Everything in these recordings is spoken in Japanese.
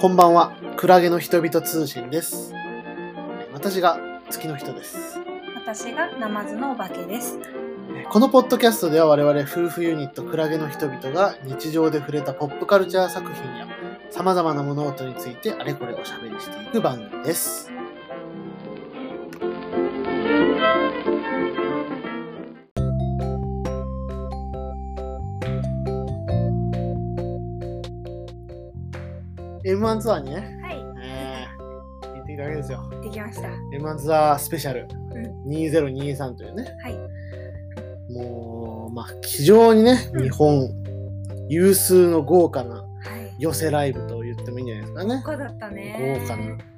こんばんは、クラゲの人々通信です。私が月の人です。 私がナマズのお化けです。 このポッドキャストでは我々夫婦ユニットクラゲの人々が日常で触れたポップカルチャー作品や様々な物事についてあれこれおしゃべりしていく番組です。M1 ツアーにね、行ってきたわけですよ。 行ってきました。 M1 ツアースペシャル、2023というね、もう、非常にね、日本有数の豪華な寄せライブと言ってもいいんじゃないですかね。 豪華だったね。 豪華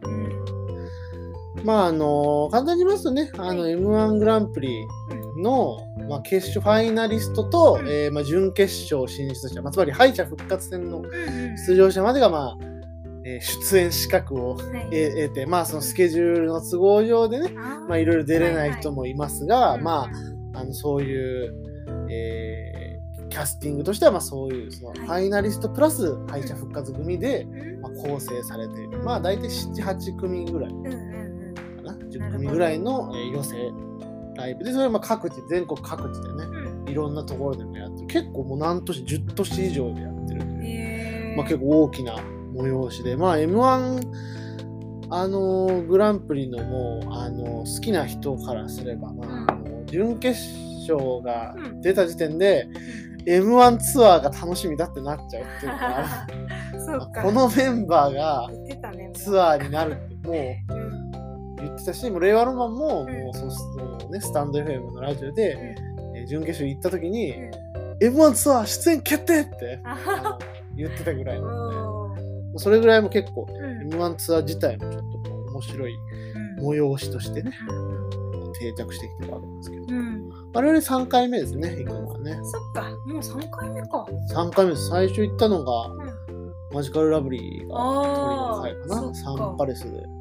な。簡単に言いますとね、M1 グランプリの、決勝ファイナリストと、準決勝進出者、つまり敗者復活戦の出場者までが、出演資格を得て、そのスケジュールの都合上でね、いろいろ出れない人もいますが、そういう、キャスティングとしては、そういうそのファイナリストプラス敗者復活組で、構成されている。大体7、8組ぐらいかな、10組ぐらいの、寄せライブで、それは各地、全国各地でね、いろんなところでもやってる。結構もう何都市、10都市以上でやってるという、結構大きな催しで、M1 グランプリのもう好きな人からすれば、準決勝が出た時点で、M1 ツアーが楽しみだってなっちゃうっていうかこのメンバーがツアーになるってもう言ってたし、もう令和ロマンも、もうそのね、スタンド FM のラジオで、準決勝行った時に、M1 ツアー出演決定って言ってたぐらいなので、それぐらいも結構、M1 ツアー自体もちょっと面白い催しとしてね、定着してきてるわけなんですけど、我々3回目ですね、行くのはね。 そっか、もう3回目か。 3回目です。最初行ったのが、マジカルラブリーが鳥の回かな、サンパレスで、ね。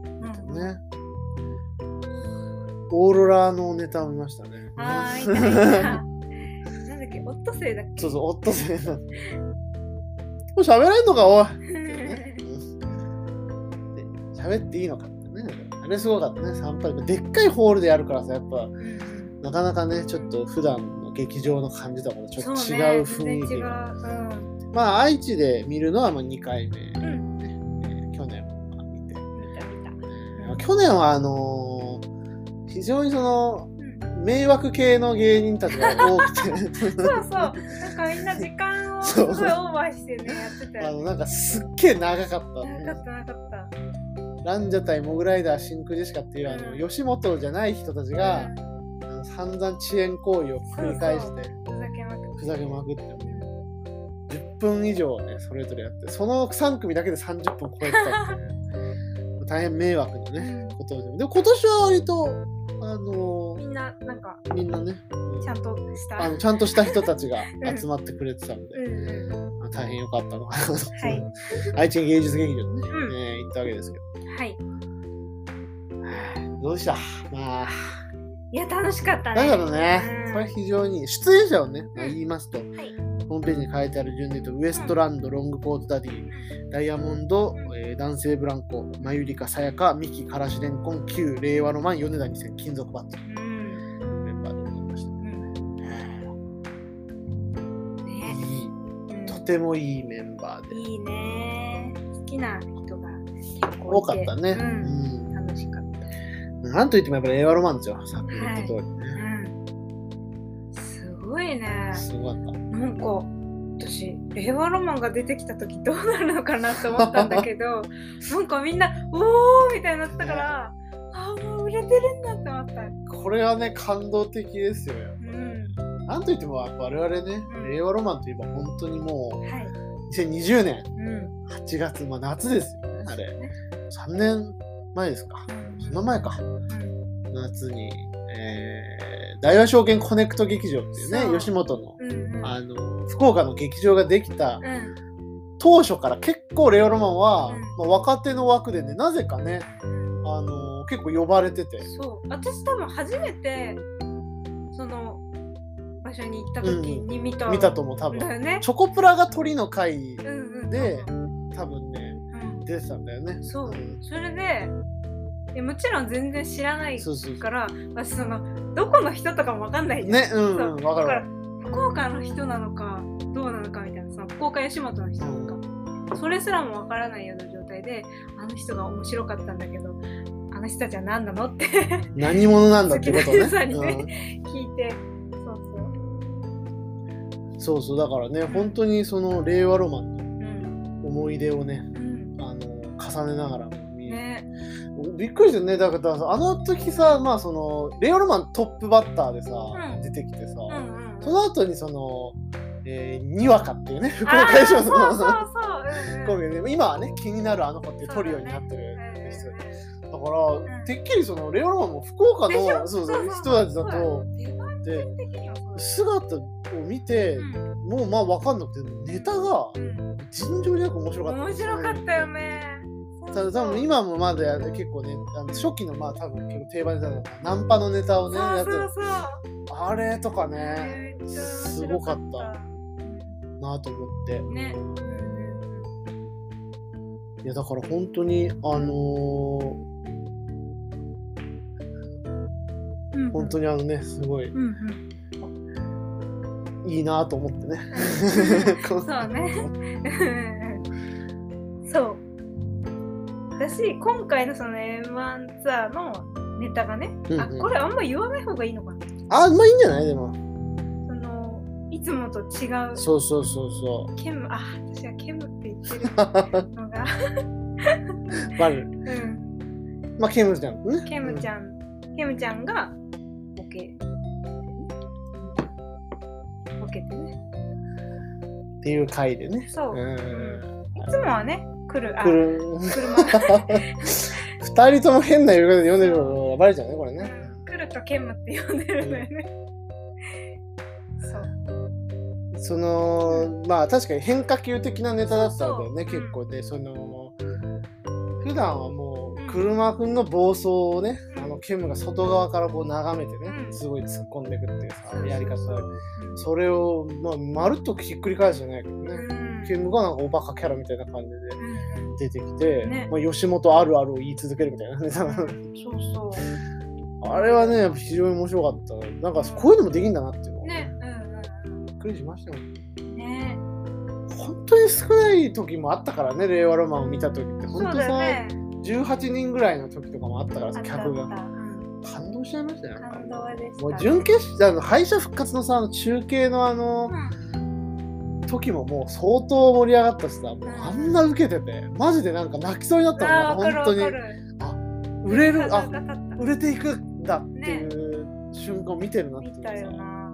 オーロラのネタを見ましたね。 なんだっけ、オットセイだっけ。 そう、オットセイだ。もう喋れんのか、おい。喋っていいのかってね。あれすごかったね、サンパレス。でっかいホールでやるからさ、やっぱ、なかなかね、ちょっと普段の劇場の感じとかとちょっと違う雰囲気が。愛知で見るのは2回目。去年見て。去年は非常にその、迷惑系の芸人たちが多くてそう、なんかみんな時間をすごいオーバーしてね、やってたよね。 なんかすっげえ長かったね。 長かった。 ランジャタイ、モグライダー、真空ジェシカっていう吉本じゃない人たちが、散々遅延行為を繰り返してふざけまくって10分以上ね、それぞれやって、その3組だけで30分超えてたっていう大変迷惑なね、ことで。でも今年は割とみんなね、 ちゃんとした人たちが集まってくれてたので、大変良かったのかなと。愛知県芸術劇場にね、行ったわけですけど。どうでした？ いや、楽しかったね。 だからね、これ非常に、出演者をね、言いますと、ホームページに書いてある順で言うと、ウエストランド、ロングコートダディ、ダイヤモンド、男性ブランコ、マユリカ、サヤカ、ミキ、カラシレンコン、旧令和ロマン、米田2000、金属バット。メンバーでございました。とてもいいメンバーで。 いいね。好きな人が多かったね。 楽しかった。 なんといってもやっぱり令和ロマンですよ、さっき言った通りね。 すごいね。 すごかった。 なんか私令和ロマンが出てきた時どうなるのかなと思ったんだけどなんかみんなおーみたいになったから、もう売れてるんだって思った。 これはね、感動的ですよ。なんといっても我々ね、令和ロマンといえば本当にもう、2020年8月、夏ですよね、あれ。3年前ですか。そんな前か。夏に、大和証券コネクト劇場っていうね、吉本の、福岡の劇場ができた、当初から結構令和ロマンは、若手の枠でね、なぜかね、結構呼ばれてて。 そう、私多分初めてその場所に行った時に見たと思う、多分、 だよね。 チョコプラが鳥の会で、多分ね、 出てたんだよね。 そう、 んそれでもちろん全然知らないそうそうから私どこの人とかも分かんないじゃんね、うんうん、 そうわかるわだから福岡の人なのかどうなのかみたいな福岡吉本の人なのか、それすらも分からないような状態であの人が面白かったんだけどあの人たちは何なのって何者なんだってこと好きな人にね、 ね。 聞いてそうそう、だからね、本当にその令和ロマンのうん思い出をね、 うん重ねながら見る。 ねびっくりしたよね。だからさあの時さ、まあその令和ロマントップバッターでさ、 うん出てきてさ、 うんうんその後ににわかっていうね、福あー岡吉本そうそうのそうコンビで、今はね、気になるあの子っていうトリオになってる人。だから、 んてっきりその令和ロマンも福岡でしょのそうそう人たちだと、 出番で的にはそう姿を見て、もうまあ分かんなくて、ネタがうん尋常になく面白かった。 面白かったよね。 ただ多分今もまだ結構ね、初期のまあ多分結構定番ネタだな、ナンパのネタをね、やってる。 そうあれとかね、 めっちゃ面す白ごかったなと思って。 ね。 いやだから本当に本当にね、すごいうんうんいいなと思ってね。 そうね。そう私今回のその M1 ツアーのネタがね、あこれあんま言わない方がいいのかな。 あ、まあいいんじゃないでも。 いつもと違う。 そうそうそうそう。 ケム、私はケムって言ってるのがバル。まあケムちゃんね。 ケムちゃんがボケてね。 っていう回でね。 そう。いつもはね、来る。 二人とも変な呼び方で呼んでるのがバレちゃうね、これね。 来るとケムって呼んでるんだよね。 そう。まあ確かに変化球的なネタだったんだよね、結構で、普段はもう車くんの暴走をね、ケムが外側からこう眺めてね、すごい突っ込んでいくっていうさ、やり方。それをまあまるっとひっくり返すじゃないけどね、ケムがなんかおバカキャラみたいな感じで出てきて、まあ吉本あるあるを言い続けるみたいなネタ。そうそう。あれはね、非常に面白かった。なんかこういうのもできるんだなっていうのをね、びっくりしましたよね。本当に少ない時もあったからね、令和ロマンを見た時って。本当さ、18人ぐらいの時とかもあったからさ、客が。感動しちゃいましたよ。 感動でした。 もう準決勝、敗者復活のさ、中継の時ももう相当盛り上がったしさ、もうあんな受けてて、マジでなんか泣きそうになったもん、本当に。売れる、売れていくんだっていう瞬間を見てるなっていうさ。だ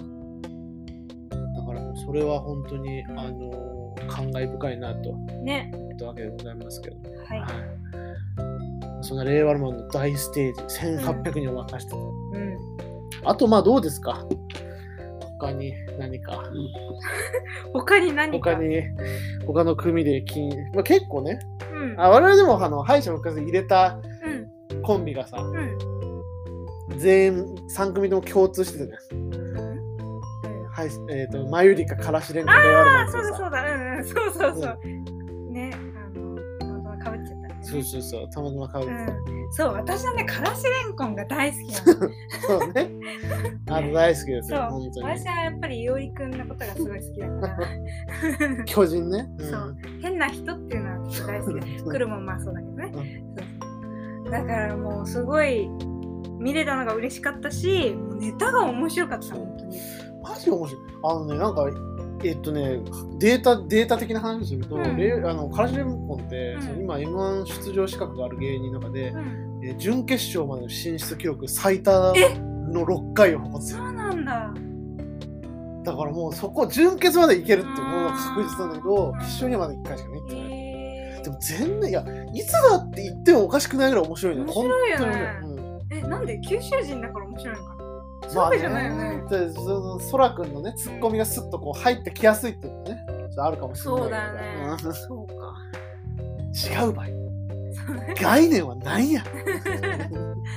からもうそれは本当に、感慨深いなと思ったわけでございますけど。はい。そんな令和ロマンの大ステージ、1800人を沸かした。あとまあどうですか？他に何か。 他の組でまあ、結構ね、我々でも敗者復活で入れたコンビがさ、全員3組とも共通してたね。はい、マユリカ、からしれんこ、令和ロマンってさ。 そうだ、そう。ね、たまたまかぶっちゃった。 そう、たまたまかぶっちゃった。 そう、私はね、からしれんこんが大好きなの。 そうね。大好きですよ、本当に。 私はやっぱりいおりくんのことがすごい好きだから。 巨人ね。 そう、変な人っていうのは私大好きで、来るもまあそうだけどね。だからもうすごい見れたのが嬉しかったし、もうネタが面白かった、本当に。 マジ面白い。なんかデータ的な話をすると、からしれんこんって、今 M1 出場資格がある芸人の中で、準決勝までの進出記録最多の6回を誇ってる。 そうなんだ。 だからもうそこ準決までいけるっていうものが確実なんだけど、決勝にはまだ1回しかね。でも全然、いつだって言ってもおかしくないぐらい面白いの。 面白いよね。なんで九州人だから面白いのかな。そうじゃないよね。 そらくんのね、ツッコミがスッとこう入ってきやすいっていうのね、あるかもしれない。 そうだよね。そうか。 違うばい。概念はないや。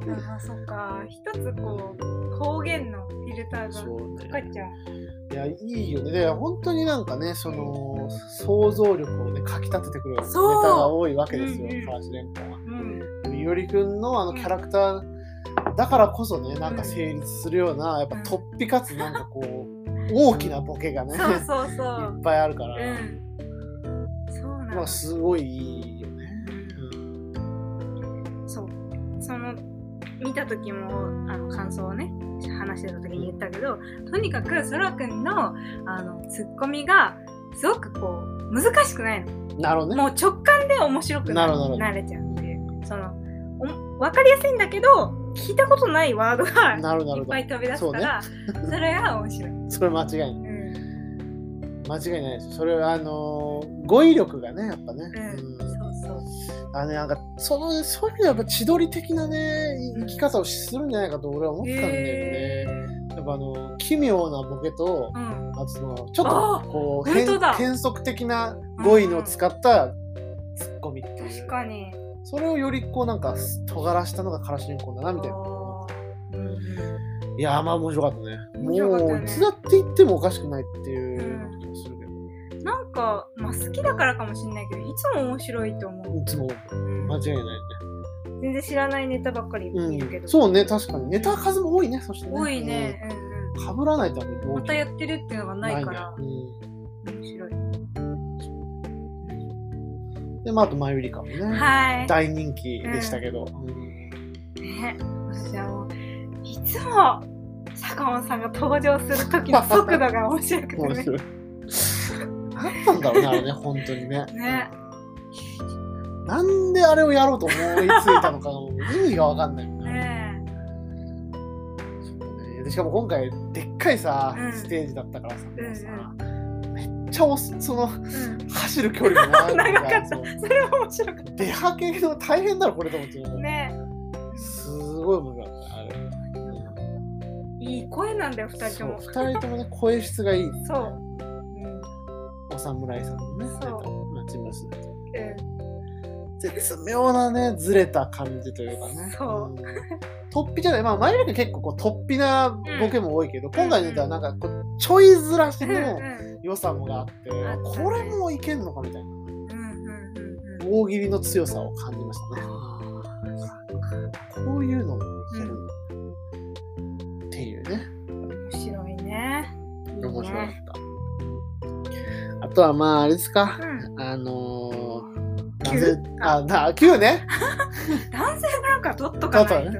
あ、そっか。一つこう方言のフィルターそうがかかっちゃう。 いや、いいよね。で、本当になんかね、その想像力をね、かき立ててくるネタそうが多いわけですよ、 うんうんからしれんこんは。 うん。 いおりくんのキャラクターだからこそね、なんか成立するような、やっぱ突飛かつなんかこう、大きなボケがね、 そうそういそうっ。ぱいあるから、 そうなの。 まあすごいいいよね。 そう。その見た時も感想をね話してた時に言ったけど、とにかくそらくんのツッコミがすごくこう難しくないの。 なるほどね。 もう直感で面白くなれちゃうっていう。分かりやすいんだけど聞いたことないワードがいっぱい飛び出すから、それが面白い。 それ間違いない。間違いないですよ。それは語彙力がね、やっぱね。 そうそう。 なんかそういう意味でやっぱ千鳥的なね生き方をするんじゃないかと俺は思ったんだよね。やっぱ奇妙なボケと、あとちょっとこう変則的な語彙の使ったツッコミっていう。 確かに。 それをよりこうなんか尖らしたのがからしれんこんだなみたいな。いやまあ面白かったね。もういつだって言ってもおかしくないっていう気がするけど。 なんかまあ好きだからかもしれないけどいつも面白いと思う。 いつも間違いないね。 全然知らないネタばっかり見るけど。 そうね、確かにネタ数も多いね。そしてね。 多いね。 被らないとまたやってるっていうのがないから面白い。 でまああとマユリカもね、大人気でしたけど。 ね、私はもういつも坂本さんが登場する時の速度が面白くてね。 面白い。何なんだろうねあれね、本当にね。なんであれをやろうと思いついたのか意味が分かんないよね。しかも今回でっかいさ、ステージだったからさ、めっちゃ走る距離が長かった。それは面白かった。 出はけの大変だろこれと思ってね。 すごい面白かったあれ。 いい声なんだよ2人とも。 2人ともね声質がいい。 そう。 お侍さんのね。 そう。 チムス。絶妙なねずれた感じというかね。 そう。 突飛じゃない、まあ前より結構こう突飛なボケも多いけど、今回のネタはなんかこうちょいずらしの良さもがあって、これもいけんのかみたいな、大喜利の強さを感じましたね。こういうのもいけるっていうね。 面白いね。 面白かった。あとはまああれですか、Q ね。 男性ブランカー取っとかないと。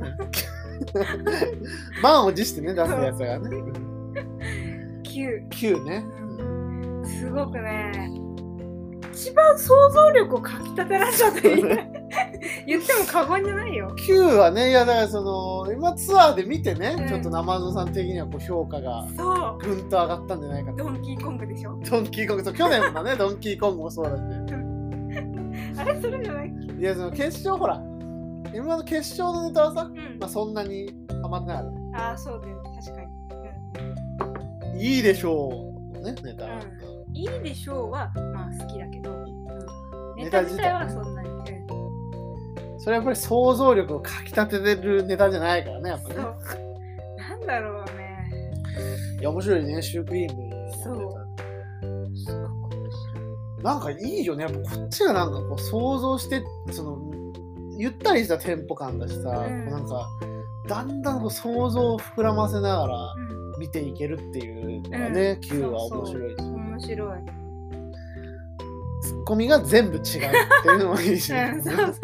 満を持してね出すやつがね。Q ね。 すごくね。一番想像力をかきたてられたと言っても過言じゃないよ。 Q はね、いやだから今ツアーで見てね、ちょっと生蔵さん的にはこう評価がぐんと上がったんじゃないかと。 ドンキーコングでしょ。 ドンキーコング、そう去年もねドンキーコングもそうだし。 あれそれじゃない？ いや決勝ほら、今の決勝のネタはさ、まあそんなにハマってない。 ああそうだよ、確かに。いいでしょうねネタ。 いいでしょうはまあ好きだけど、ネタ自体はそんなに。 それはやっぱり想像力をかきたててるネタじゃないからね、やっぱね。 なんだろうね。 いや面白いね、シュークリームのネタ。 そう。すごく面白い。なんかいいよね、やっぱこっちがなんかこう想像してゆったりしたテンポ感だしさ、なんかだんだんこう想像を膨らませながら見ていけるっていうのがね、Q は面白いし。 面白い。 ツッコミが全部違うっていうのもいいし、ね。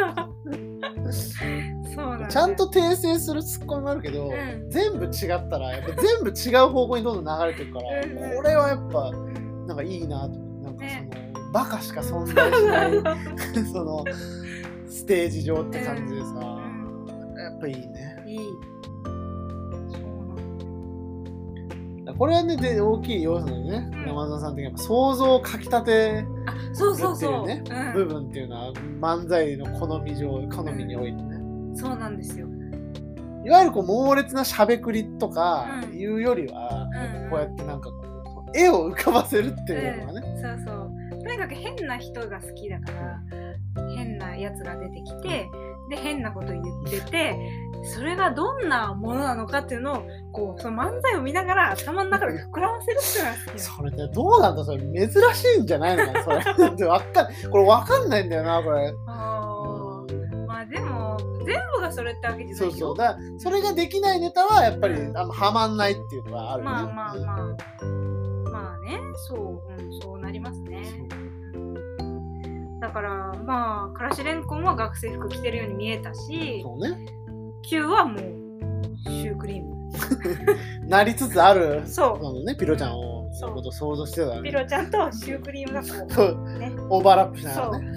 そうなんだ。 ちゃんと訂正するツッコミもあるけど、全部違ったらやっぱ全部違う方向にどんどん流れてるから、これはやっぱなんかいいなと。なんかバカしか存在しないステージ上って感じでさ、やっぱいいね。 いい。 これはねで大きい要素だよね。山田さん的には想像をかきたてるっていうね部分っていうのは漫才の好みにおいてね。 そうなんですよ。 いわゆるこう猛烈なしゃべくりとかいうよりは、こうやってなんかこう絵を浮かばせるっていうのがね。 そうそう。とにかく変な人が好きだから、変なやつが出てきて、 で変なこと言ってて、それがどんなものなのかっていうのをこうその漫才を見ながら頭の中で膨らませるっていうのが好きなの。 それってどうなんだ、それ珍しいんじゃないのかな、それ。これ分かんないんだよな、これ。 まあでも全部がそれってわけじゃないよ。 そうそう。だからそれができないネタはやっぱりあんまハマんないっていうのはあるよね。 まあね、そうなりますね。だからまあからしれんこんは学生服着てるように見えたし、 そうね。 Q はもうシュークリームなりつつある。 そうね、ピロちゃんをのこと想像してたね。 ピロちゃんとシュークリームがこう、ね、 オーバーラップしながらね。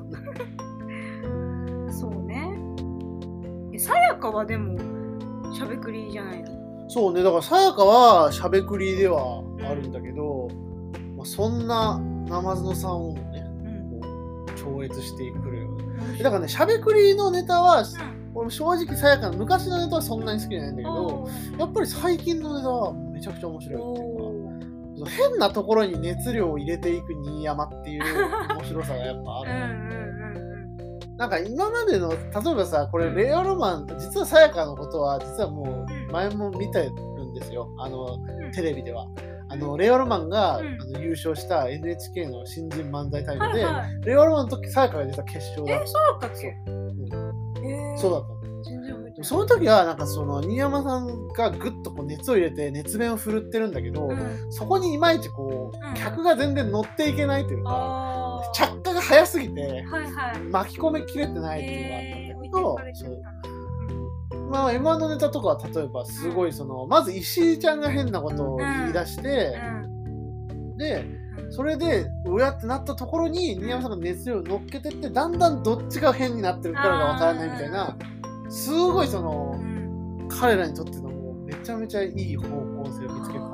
そうね。さやかはでもしゃべくりじゃないの？ そうね、だからさやかはしゃべくりではあるんだけど、まあ、そんなナマズのさんをね、超越してくるよね。だからね、しゃべくりのネタは、俺正直さやかの昔のネタはそんなに好きじゃないんだけど、やっぱり最近のネタはめちゃくちゃ面白いっていうか、変なところに熱量を入れていく新山っていう面白さがやっぱある。なんか今までの、例えばさ、これレオロマン、実はさやかのことは実はもう前も見てるんですよ、テレビでは。レオロマンが、優勝した NHK の新人漫才大会で、レオロマンの時さやかが実は決勝だった。 そうだったっけ？ そうだった。その時はなんかその新山さんがぐっとこう熱を入れて熱弁を振るってるんだけど、そこにいまいちこう、客が全然乗っていけないというか、着火が早すぎて、巻き込めきれてないっていうのがあったんだけど、まあ M1 のネタとかは例えばすごいその、まず石井ちゃんが変なことを言い出して、でそれでうやってなったところに新山さんが熱量を乗っけてって、だんだんどっちが変になってるからがわからないみたいな、すごいその、彼らにとってのもうめちゃめちゃいい方向性を見つけた。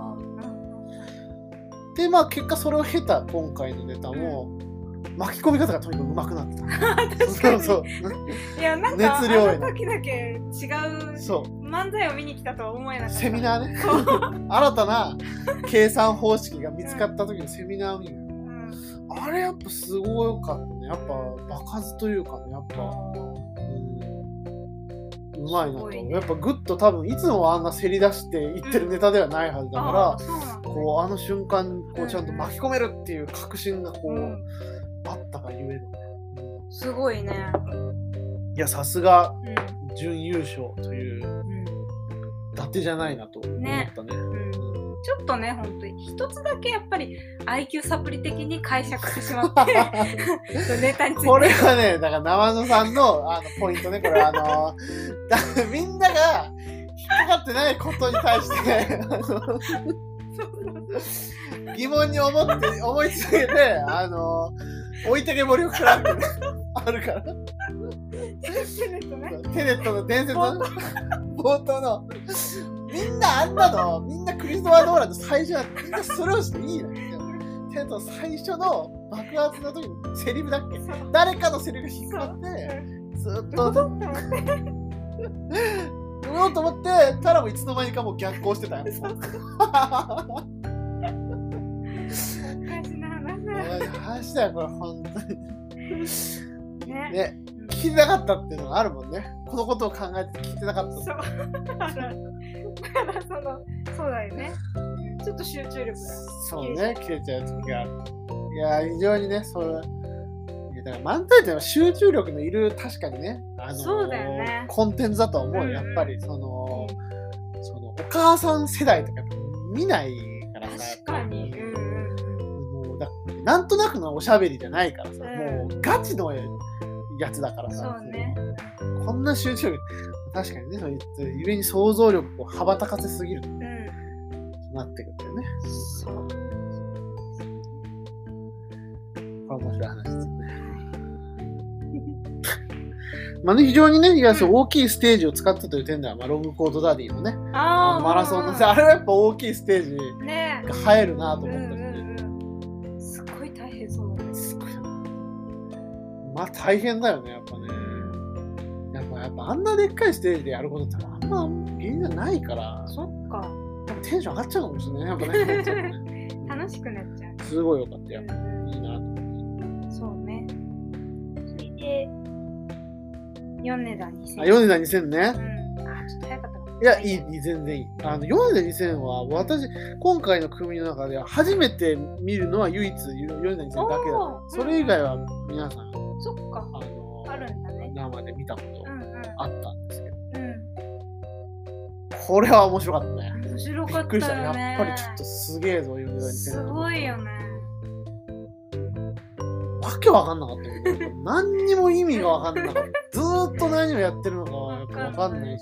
でまあ結果それを経た今回のネタも、巻き込み方がとにかく上手くなってた。そういやなんか熱量あの時だけ違う漫才を見に来たとは思えなかった。 セミナーね。新たな計算方式が見つかった時のセミナーを見る。あれやっぱすごいかったね。やっぱ場数というかね、やっぱうまいなと。やっぱグッと多分いつもあんなせり出していってるネタではないはずだから、こうの瞬間こうちゃんと巻き込めるっていう確信がこう、あったがゆえのね。 すごいね。 いやさすが準優勝という、伊達じゃないなと思ったね。 ちょっとね、本当に一つだけやっぱり IQ サプリ的に解釈してしまってネタについて。 これはね、だから生野さんのポイントね、これみんなが引っかかってないことに対して疑問に思い続けて置いてけぼりを食らってねあるからテネットの伝説の冒頭のみんなあんなのみんなクリストファー・ノーランの最初はみんなスルーしていいの。テネットの最初の爆発の時にセリフだっけ、誰かのセリフ引っかかってずっと飲もうと思ってたらもいつの間にかもう逆行してたよ。話だよこれ本当にね、聞いてなかったっていうのがあるもんね。このことを考えて聞いてなかった。 そうだよね。ちょっと集中力がそうね、切れちゃう時がある。いや非常にね、それだから漫才って集中力のいる、確かにね、 そうだよね、 コンテンツだと思うよ。やっぱりそのお母さん世代とか見ないからさ。 確かに。 なんとなくのおしゃべりじゃないからさ、もうガチのやつだからさ。 そうね。 こんな集中力、確かにね、そう言ってゆえに想像力を羽ばたかせすぎると、なってくるんだよね。 そう。 これ面白い話ですよね。まあね、非常にね、大きいステージを使ったという点では、ロングコートダディのね、マラソンのあれはやっぱ大きいステージが映えるなと思ったし、 すごい大変そうだね。 まあ大変だよね、やっぱね。やっぱあんなでっかいステージでやることってあんま芸人じゃないから、 そっか。 テンション上がっちゃうかもしれないね、やっぱね。 楽しくなっちゃう。 すごいよかったよ。いいなと思って。 そうね。それで、4 米田2000。 米田2000ね。 ちょっと早かったかな。 いや、いい、全然いい。米田2000は、私、今回の組の中では初めて見るのは唯一、米田2000だけだった。それ以外は皆さん、 そっか。あるんだね。 生で見たことあったんですけど。 うん。 これは面白かったね。 面白かったよね。 びっくりした。やっぱりちょっとすげえぞ、米田2000。 すごいよね。 わけわかんなかったけど、何にも意味がわかんなかった。ずーっと何をやってるのかはやっぱわかんないし、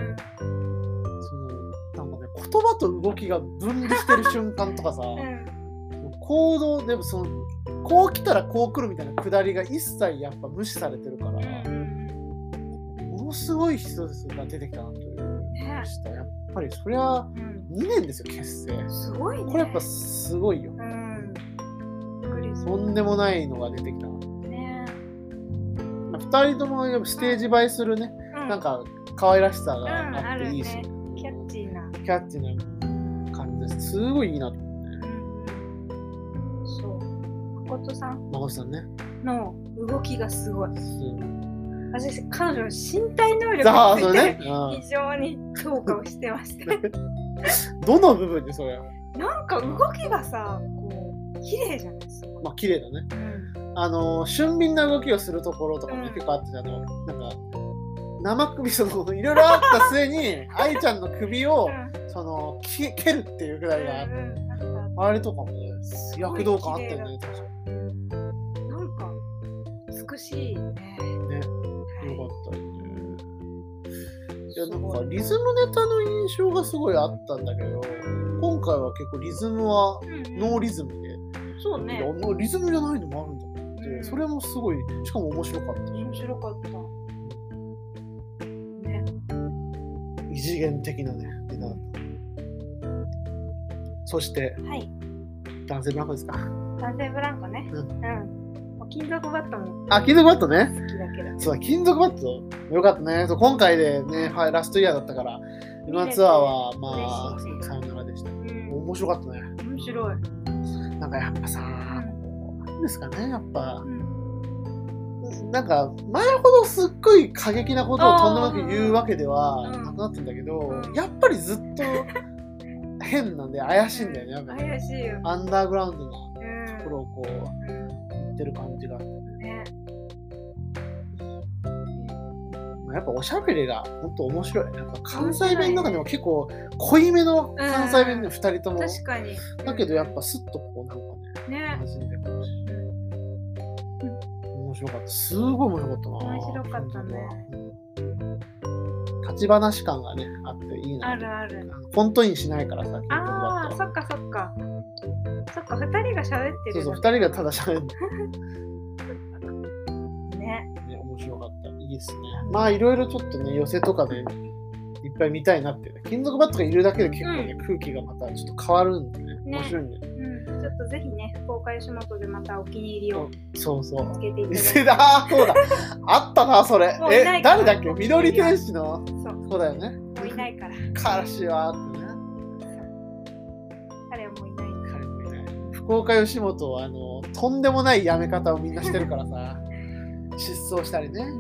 なんかね、言葉と動きが分離してる瞬間とかさ、行動でもこう来たらこう来るみたいなくだりが一切やっぱ無視されてるから、ものすごい人が出てきたなというました。やっぱりそりゃ2年ですよ、結成。 すごいね。 これやっぱすごいよ。とんでもないのが出てきたな。2人ともステージ映えするね、なんか可愛らしさがあっていいし、 キャッチーな感じです。すごいいいなと思って。 そう。誠さんね。 の動きがすごい。私、彼女の身体能力について非常に評価をしてまして。 どの部分でそれはなんか動きがさ、こう、綺麗じゃないですか。 まあ、綺麗だね。俊敏な動きをするところとかも結構あって、なんか、生首、いろいろあった末に、愛ちゃんの首を、蹴るっていうくらいが、あれとかもね、躍動感あったよね、確かに。 なんか、美しいね。 ね、よかったよね。いや、なんか、リズムネタの印象がすごいあったんだけど、今回は結構リズムはノーリズムで、 そうね。 リズムじゃないのもあるんだと思って、それもすごい、しかも面白かった。 面白かった。ね。 異次元的なね、ネタだった。そして、男性ブランコですか。 男性ブランコね。金属バットも。 金属バットね。 好きだけど。 そうだ、金属バットよかったね。今回でね、ラストイヤーだったから、今ツアーはまあ、さよならでした。面白かったね。 面白い。 なんかやっぱさ、なんですかね、やっぱ、なんか前ほどすっごい過激なことをとんでもなく言うわけではなくなってんだけど、やっぱりずっと変なんで怪しいんだよね。やっぱ怪しいよ。 アンダーグラウンドなところをこう言ってる感じがあってね。やっぱおしゃべりが本当面白い。やっぱ関西弁の中でも結構濃いめの関西弁で2人とも。 確かに。 だけどやっぱスッとこうなんかね、馴染んでくるし。面白かった。すごい面白かったな。 面白かったね。 立ち話感がね、あっていいな。 あるある。 コントインしないからさ。 ああ、そっかそっか。そっか、2人が喋ってる。 そう、2人がただ喋る。 ね。 面白かった。いいですね。まあいろいろちょっとね、寄せとかでいっぱい見たいなっていうね。金属バットがいるだけで結構ね、空気がまたちょっと変わるんでね。面白いんで。 ちょっとぜひね、福岡吉本でまたお気に入りをそうそうつけていただいて。 そうだ。あったな、それ。誰だっけ？緑天使の。そうだよね。 もういないから。 彼氏はってね。 彼はもういない。 彼もいない。福岡吉本はとんでもない辞め方をみんなしてるからさ。失踪したりね。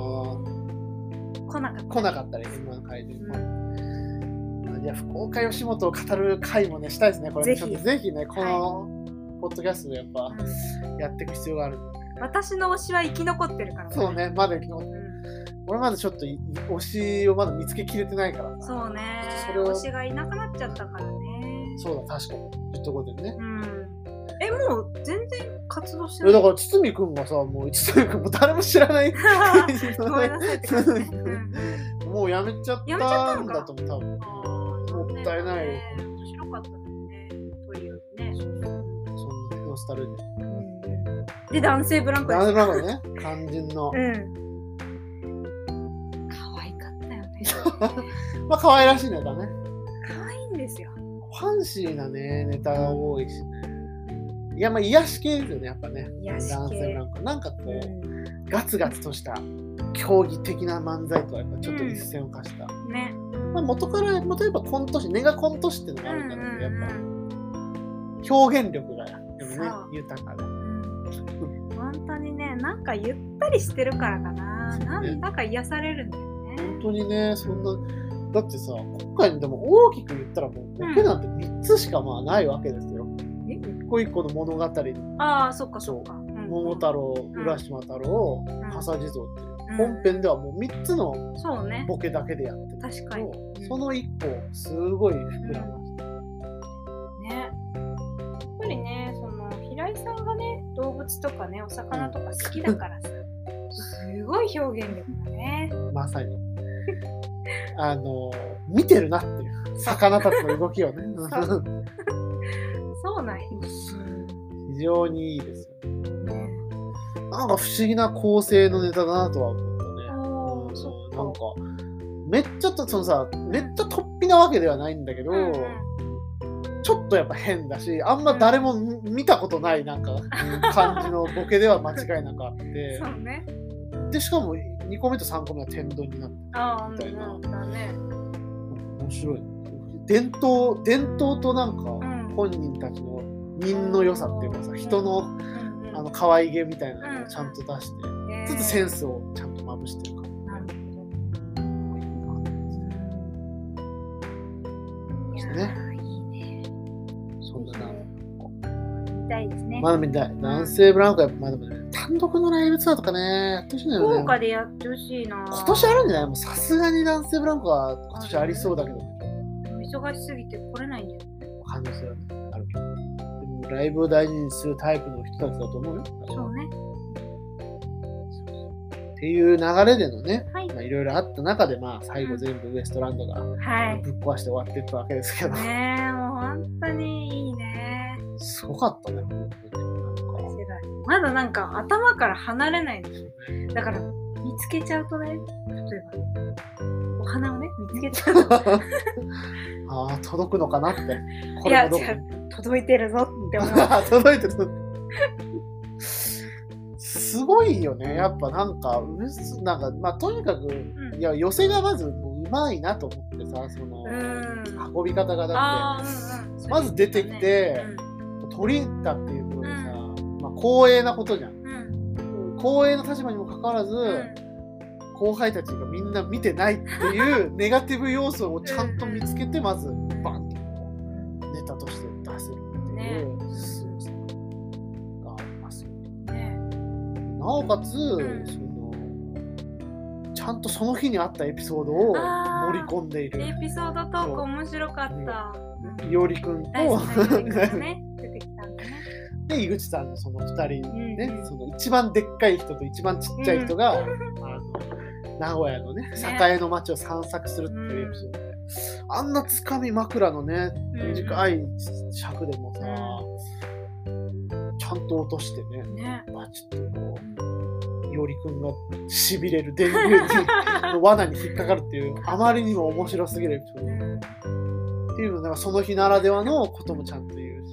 来なかったり、 今の回で。いや、福岡吉本を語る回もね、したいですね。これぜひね、このポッドキャストでやっぱやっていく必要がある。 私の推しは生き残ってるからね。 そうね、まだ生き残ってる。俺まだちょっと推しをまだ見つけきれてないからさ。 そうね。推しがいなくなっちゃったからね。 そうだ、確かに。言ったことでね。 もう全然活動してない。 だから堤くんがさ、堤くんも誰も知らない。 ごめんなさいって感じね。 もうやめちゃったんだと思う、多分。もったいないよ。 面白かったね。というね。 そんなノスタルジー。で、男性ブランコです。 男性ブランコね。肝心の。 可愛かったよね。 まあ、可愛らしいネタね。 可愛いんですよ。 ファンシーなね、ネタが多いしね。いや、まあ、癒し系ですよね、やっぱね。男性ブランコ。なんかこう、ガツガツとした競技的な漫才とはやっぱちょっと一線を画した。 ね。 まあ、元から例えばコント師、根がコント師っていうのがあるんだけど、やっぱ表現力がでもね、豊かで。 本当にね、なんかゆったりしてるからかな。 なんか癒されるんだよね。 本当にね、そんな、だってさ、今回でも大きく言ったらもうボケなんて3つしかまあないわけですよ。一個一個の物語に。 そっかそっか。 桃太郎、浦島太郎、笠地蔵っていう本編ではもう3つのボケだけでやってる。 確かに。 その1個すごい膨らました。 ね。やっぱりね、その平井さんがね、動物とかね、お魚とか好きだからさ、すごい表現力だね。 まさに。見てるなっていう魚たちの動きをね。 そうなんや。 非常にいいですよ。なんか不思議な構成のネタだなとは思ったね。なんかめっちゃそのさ、めっちゃ突飛なわけではないんだけど、ちょっとやっぱ変だし、あんま誰も見たことないなんか感じのボケでは間違いなくあって、 そうね。 でしかも2個目と3個目は天丼になってるみたいな。面白い。伝統となんか本人たちの人の良さっていうかさ、人の可愛げみたいなのをちゃんと出して、ちょっとセンスをちゃんとまぶしてるから。ね。いいね。そんな見たいですね。 まだ見たい。男性ブランコやっぱまだまだね、単独のライブツアーとかね、やってほしいんだよね。 福岡でやってほしいな。 今年あるんじゃない？もうさすがに男性ブランコは今年ありそうだけどね。 忙しすぎて来れないんだよね。 可能性はね、あるけど。でもライブを大事にするタイプの人たちだと思うよ。 そうね。 っていう流れでのね、いろいろあった中で、まあ最後全部ウエストランドがぶっ壊して終わっていったわけですけど。 ねえ、もう本当にいいね。 すごかったね、本当に。 まだなんか頭から離れないのよ。だから見つけちゃうとね、例えばお花をね見つけちゃうと届くのかなって。 いや違う、届いてるぞって思う。 届いてる。すごいよね。やっぱなんかまあとにかく、いや寄せがまずもううまいなと思ってさ、その運び方がだって、まず出てきて、鳥だっていうことでさ、まあ光栄なことじゃん。光栄な立場にもかかわらず、後輩たちがみんな見てないっていうネガティブ要素をちゃんと見つけて、まずバンとネタとして出せるっていう凄さがありますよね。なおかつ、ちゃんとその日にあったエピソードを盛り込んでいる。 エピソードトーク面白かった。 いおりくんとで井口さんのその2人ね、その一番でっかい人と一番ちっちゃい人が、名古屋のね、栄の街を散策するっていうエピソードで、あんなつかみ枕のね、短い尺でもさ、ちゃんと落としてね、バチッとこう、いおりくんがしびれる電流の罠に引っかかるっていう、あまりにも面白すぎるエピソード。っていうのは、その日ならではのこともちゃんと言うし、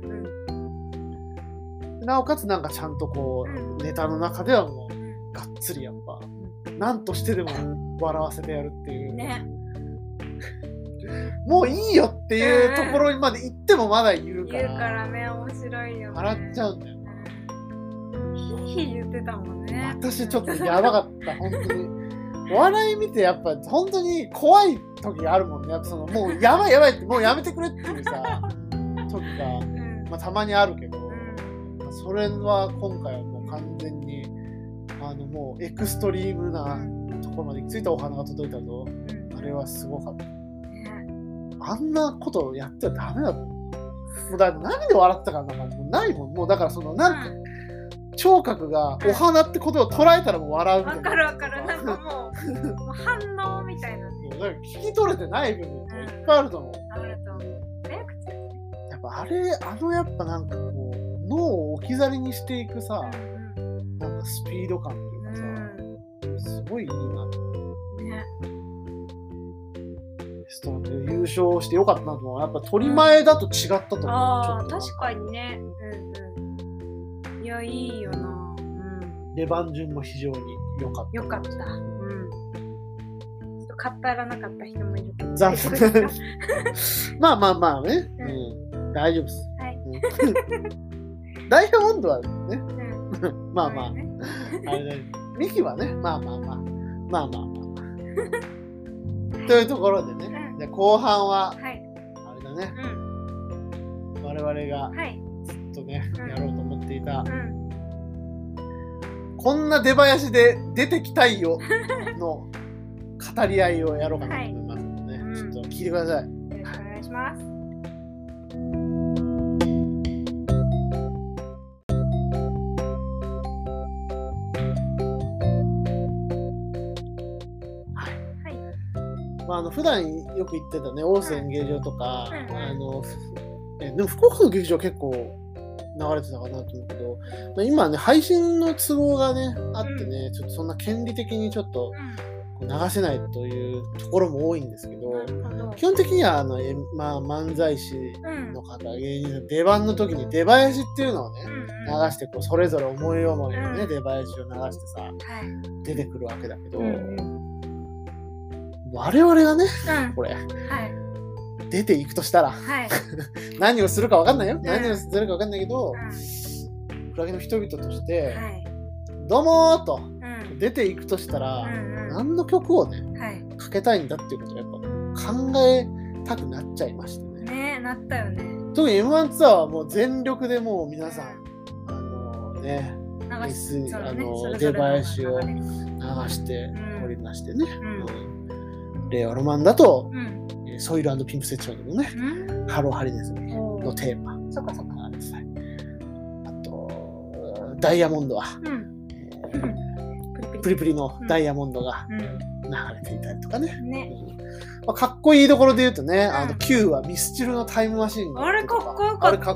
なおかつなんかちゃんとこう、ネタの中ではもう、がっつりやっぱ、何としてでも笑わせてやるっていう。もういいよっていうところにまで行ってもまだ言うから。 言うからね、面白いよね。 笑っちゃうんだよ。 言ってたもんね。 私ちょっとやばかった、本当に。お笑い見てやっぱ本当に怖い時があるもんね。やっぱそのもうやばいって、もうやめてくれっていうさ、時が、まあ、たまにあるけど、それは今回はもう完全にもうエクストリームなところまで行き着いたお花が届いたぞ。あれはすごかった。あんなことやってはダメだと思う。もうだから何で笑ってたかなんかもうないもん。もうだからそのなんか、聴覚がお花ってことを捉えたらもう笑うみたいな。 わかる。なんかもう反応みたいな。 だから聞き取れてない部分っていっぱいあると思う。やっぱやっぱなんかこう脳を置き去りにしていくさ、なんかスピード感というかさ、すごいいいな。ストランド優勝してよかったなと思う。やっぱ取り前だと違ったと思う。 確かにね。いや、いいよな。 出番順も非常に良かった。 ちょっと語らなかった人もいるけど。 残念。まあね。大丈夫です。代表温度はね。まあ。あれだよ。 ミキはね、まあまあまあ。というところでね、じゃあ後半は、あれだね、我々がずっとね、やろうと思っていた、こんな出囃子で出てきたいよの語り合いをやろうかなと思いますのでね、ちょっと聞いてください。 よろしくお願いします。 普段よく行ってたね、大須演芸場とか、でも福岡の劇場結構流れてたかなと思うけど、今ね、配信の都合がね、あってね、ちょっとそんな権利的にちょっと流せないというところも多いんですけど、基本的には漫才師の方、芸人の出番の時に出囃子っていうのをね、流してこうそれぞれ思い思いのね、出囃子を流してさ、出てくるわけだけど、我々がね、これ、出ていくとしたら、何をするか分かんないよ。何をするか分かんないけど、クラゲの人々として、どうもーと、出ていくとしたら、何の曲をね、かけたいんだっていうことをやっぱ考えたくなっちゃいましたね。 ね、なったよね。 特に M1 ツアーはもう全力でもう皆さん、出囃子を流して、掘り出してね。令和ロマンだと、ソイル&ピンクセッションのね、ハローハリネズミのテーマ。あと、ダイヤモンドは、プリプリのダイヤモンドが流れていたりとかね。かっこいいところで言うとね、Q はミスチルのタイムマシーン。 あれかっこよかった。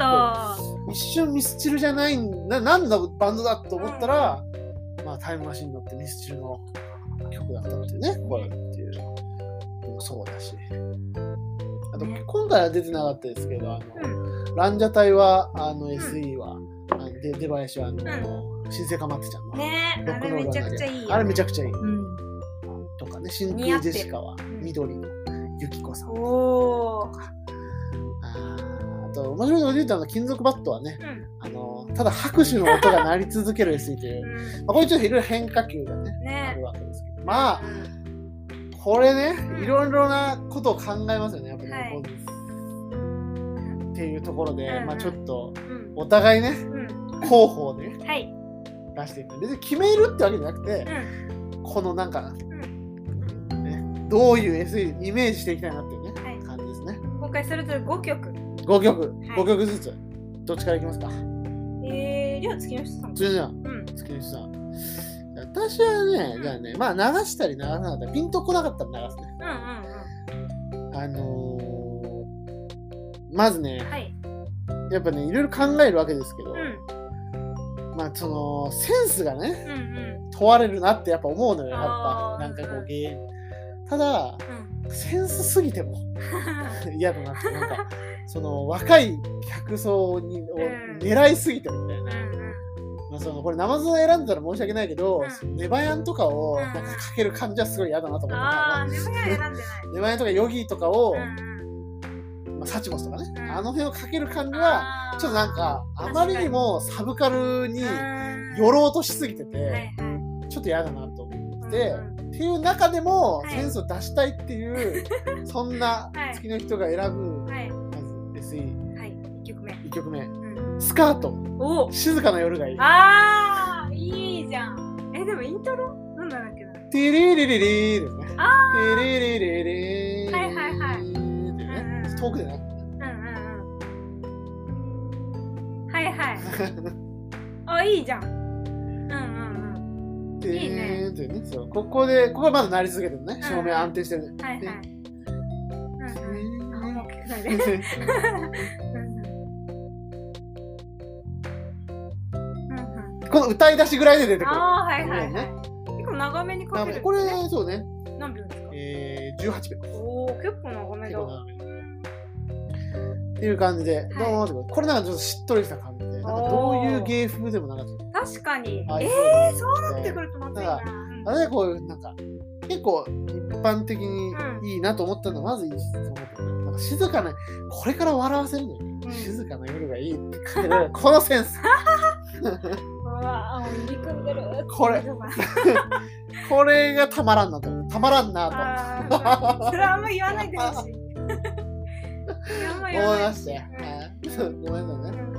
一瞬ミスチルじゃないなんだバンドだと思ったら、タイムマシーンに乗ってミスチルの曲だったっていうね、こうっていうのもそうだし。あと、今回は出てなかったですけど、ランジャタイは、SE は、出囃子は、新生かまってちゃんの。 あれめちゃくちゃいい。 あれめちゃくちゃいい。とかね、真空ジェシカは、緑のゆきこさんとか。あと、面白いので言うと、金属バットはね、ただ拍手の音が鳴り続ける SE という、これちょっといろいろ変化球がね、あるわけですけど、これね、いろいろなことを考えますよね、やっぱり、っていうところで、ちょっと、お互いね、候補をね、出していく。別に決めるってわけじゃなくて、このなんか、どういう SE イメージしていきたいなっていうね、感じですね。 今回それぞれ5曲。 5曲ずつ。どっちからいきますか？ じゃあ月の人さん。 月の人さん。私はね、じゃあね、流したり流さなかったり、ピンとこなかったら流すね。まずね、やっぱね、いろいろ考えるわけですけど、その、センスがね、問われるなってやっぱ思うのよ、やっぱ。なんかこう、ただ、センスすぎても嫌だなって、なんか、その、若い客層を狙いすぎてるみたいな。これナマズを選んだら申し訳ないけど、ネバヤンとかをなんかかける感じはすごい嫌だなと思って。 ネバヤン選んでない。 ネバヤンとかヨギとかを、サチモスとかね、あの辺をかける感じは、ちょっとなんか、あまりにもサブカルに寄ろうとしすぎてて、ちょっと嫌だなと思って、っていう中でもセンスを出したいっていう、そんな月の人が選ぶ、まず SE。1曲目。スカート。静かな夜がいい。 いいじゃん。でもイントロなんだっけな。 ティリリリリですね。ティリリリリ遠くでね。 いいじゃん。いいね。 ここはまだ鳴り続けてるね。照明安定してるね。 もう聞かないで。 この歌い出しぐらいで出てくる。 結構長めにかける。 これ、そうね。 何秒ですか ？18秒。 結構長めだ。 っていう感じで、これなんかちょっとしっとりした感じで、なんかどういう芸風でもなんか確かに。そうなってくるとまずいな。 あれこういうなんか結構一般的にいいなと思ったのはまずいいです。なんか静かな、これから笑わせるのに静かな夜がいいって書いてるこのセンス。 わー、入り組んでる。 これこれがたまらんなと。たまらんなと。 それはあんま言わないでほしい。 思いましたよ。ごめんなさいね。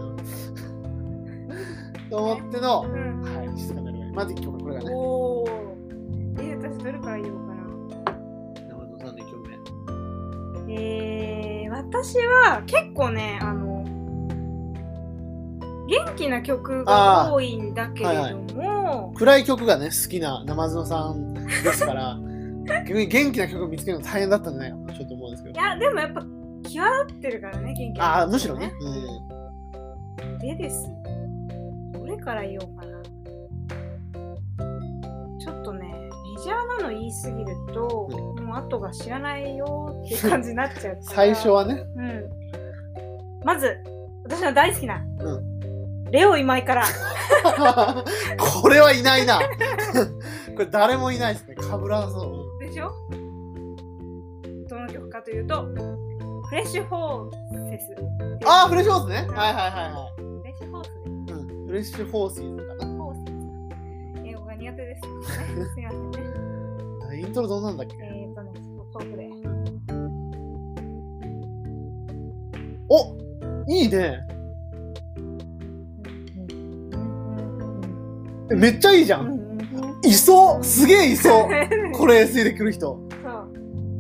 と思っての、はい、静かなる。まず1曲目、これがね。 おー。私どれから言おうかな。 山本さんの1曲目。私は結構ね、元気な曲が多いんだけれども、 暗い曲がね、好きな生園さんですから、逆に元気な曲を見つけるの大変だったんじゃないかな、ちょっと思うんですけど。 いや、でもやっぱ際立ってるからね、元気な曲、ね。 むしろね。 でですよ。どれから言おうかな。ちょっとね、メジャーなの言いすぎると、もう後が知らないよっていう感じになっちゃうから。 最初はね。 まず、私の大好きな、レオ今井から。 これはいないな。これ誰もいないですね。かぶらなそう。 でしょ？どの曲かというと、フレッシュホーセス。 フレッシュホースね。はい。 フレッシュホースです。フレッシュホースかな。 英語が苦手です。すいませんね。 イントロどんなんだっけ？ ちょっと遠くで。 お、いいね。めっちゃいいじゃん。いそう、すげえいそう。これ SE で来る人。 そう。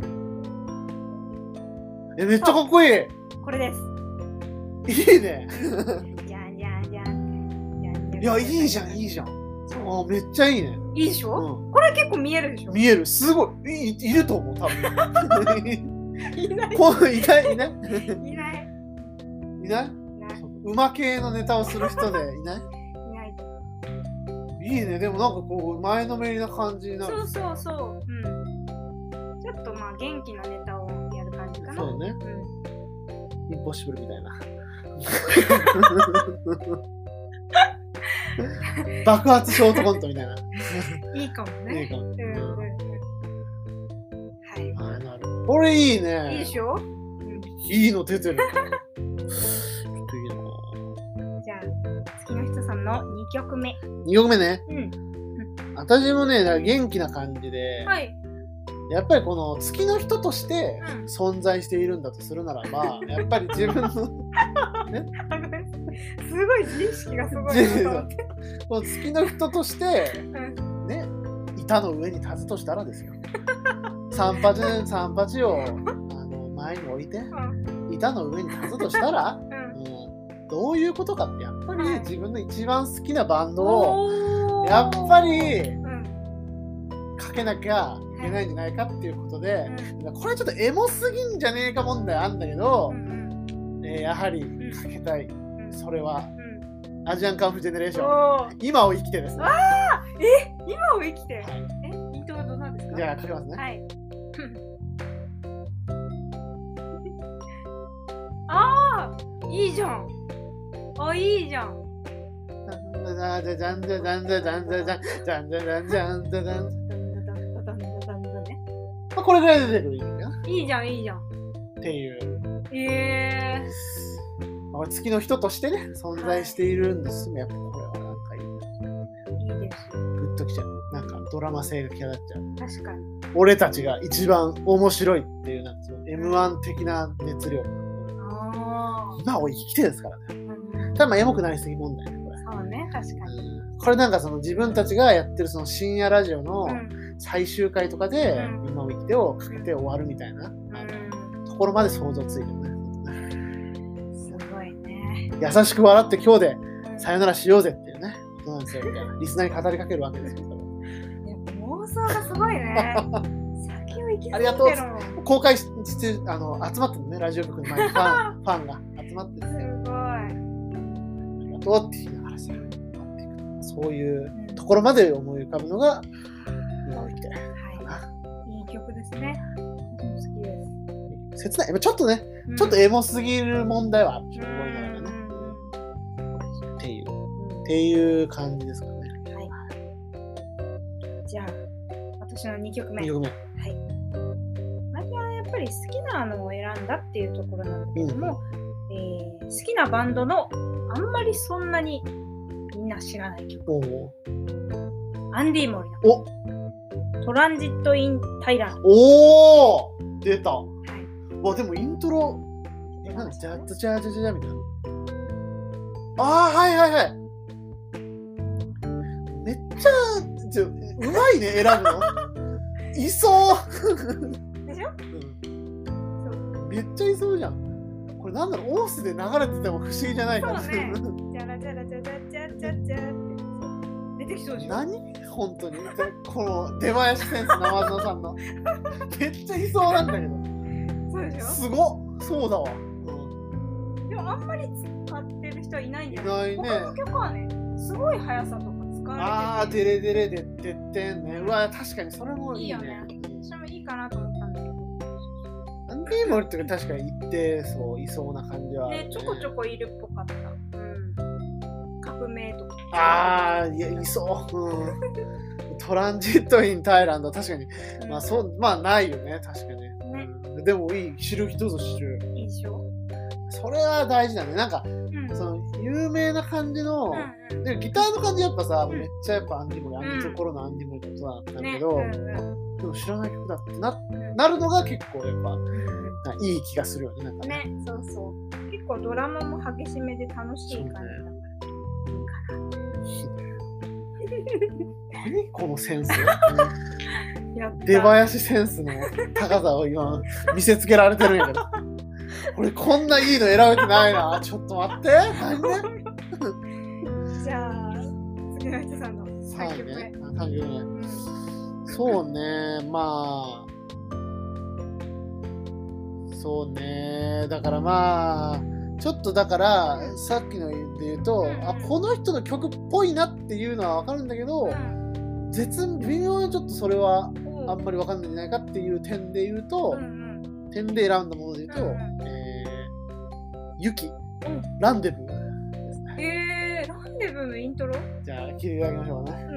めっちゃかっこいい。 これです。 いいね。 じゃんじゃんじゃん。 いや、いいじゃん。めっちゃいいね。 いいでしょ？これ結構見えるでしょ？ 見える。すごい。いると思う、多分。 いない。 いない馬系のネタをする人でいない？いいね。でもなんかこう前のめりな感じになる。 そう。ちょっと元気なネタをやる感じかな。 そうね。インポッシブルみたいな。爆発ショートコントみたいな。 いいかもね。 いいかも。 はい。 なるほど。これいいね。 いいでしょ？ いいの出てる。 じゃあ月の人さんの2曲目。 2曲目ね。私もね、元気な感じで、やっぱりこの月の人として存在しているんだとするならば、やっぱり自分のね、 すごい自意識がすごいこの月の人としてね、板の上に立つとしたらですよ。三八を前に置いて板の上に立つとしたら、どういうことかってやっぱり自分の一番好きなバンドをやっぱりかけなきゃいけないんじゃないかっていうことで、これはちょっとエモすぎんじゃねえか問題あんだけど、やはりかけたい。それはアジアンカンフージェネレーション、今を生きてですね。 今を生きて。イントロどうなんですか？ じゃあかけますね。 いいじゃん。いいじゃん。 これぐらいで出てくるんだよ。 いいじゃん。 っていう。月の人としてね、存在しているんです。やっぱこれはなんかいいです。グッときちゃう。なんかドラマ性が際立っちゃう。 確かに。 俺たちが一番面白いっていう、なんかその M1 的な熱量。今を生きてですからね。ただエモくなりすぎ問題ね、これ。 そうね、確かに。 これなんかその自分たちがやってるその深夜ラジオの最終回とかで、今を生きてをかけて終わるみたいな、ところまで想像ついてるね。 すごいね。 優しく笑って今日でさよならしようぜっていうね、ことなんですよみたいな。リスナーに語りかけるわけですよ。 妄想がすごいね。先を行き過ぎてる。 ありがとう。公開して集まってるね、ラジオ局の前にファンが集まってる。 すごい。 ありがとうって言いながらさ、そういうところまで思い浮かぶのが今を生きてる。 いい曲ですね。私も好きです。 切ない。ちょっとね、ちょっとエモすぎる問題はある。思いながらね。っていう感じですかね。 じゃあ、私の2曲目。 2曲目。 まずはやっぱり好きなのを選んだっていうところなんだけども、好きなバンドのあんまりそんなにみんな知らない曲。 おアンディ・モリナ。 おトランジット・イン・タイランド。 おー出た。 はい。 わ、でもイントロ、なんだ、じゃじゃじゃじゃじゃみたいな。ああ、はいはいはい。めっちゃ、うまいね、選ぶの。いそうでしょ？ うん、めっちゃいそうじゃん。これなんだろう、オースで流れてても不思議じゃないかな。 そうね。じゃらじゃらじゃじゃじゃじゃじゃって出てきそうでしょ。 何本当にこの出囃子センス、ナマズノさんの。めっちゃいそうなんだけど。 そうでしょ。 すごっ、そうだわ。 でもあんまり使ってる人はいないんじゃない？ いないね。 他の曲はね、すごい速さとか使われてて。 ああ、デレデレでってってんね。うわ、確かにそれもいいね。 いいよね。それもいいかなと思ったんだけど。 アンディ・モリって確かに言ってそういそうな感じはあるね。 ね、ちょこちょこいるっぽかった。うん。革命とか。 ああ、いや、いそう。うん、トランジット・イン・タイランド、確かに。まあ、そう、まあ、ないよね、確かに。 ね、 うん、でもいい、知る人ぞ知る。 いいでしょ？ それは大事だね。なんか、その有名な感じの、でギターの感じやっぱさ、めっちゃやっぱアンディ・モリ、あのところのアンディ・モリのことだったんだけど、でも知らない曲だってなるのが結構やっぱ、いい気がするよね。なんかね、そうそう。結構ドラマも激しめで楽しい感じだから、いいかな。 何このセンスやった出囃子センスの高さを今見せつけられてるんやけど、俺こんないいの選べてないな。ちょっと待って。何ねじゃあ次の人さんの3曲目。 3曲目。そうね、まあそうね、だからまあちょっとだからさっきので言うと、あ、この人の曲っぽいなっていうのは分かるんだけど、微妙にちょっとそれはあんまり分かんないんじゃないかっていう点で言うと、点で選んだもので言うと、ユキ、ランデブーですね。 ランデブーのイントロ？ じゃあ聴いていただきましょうね。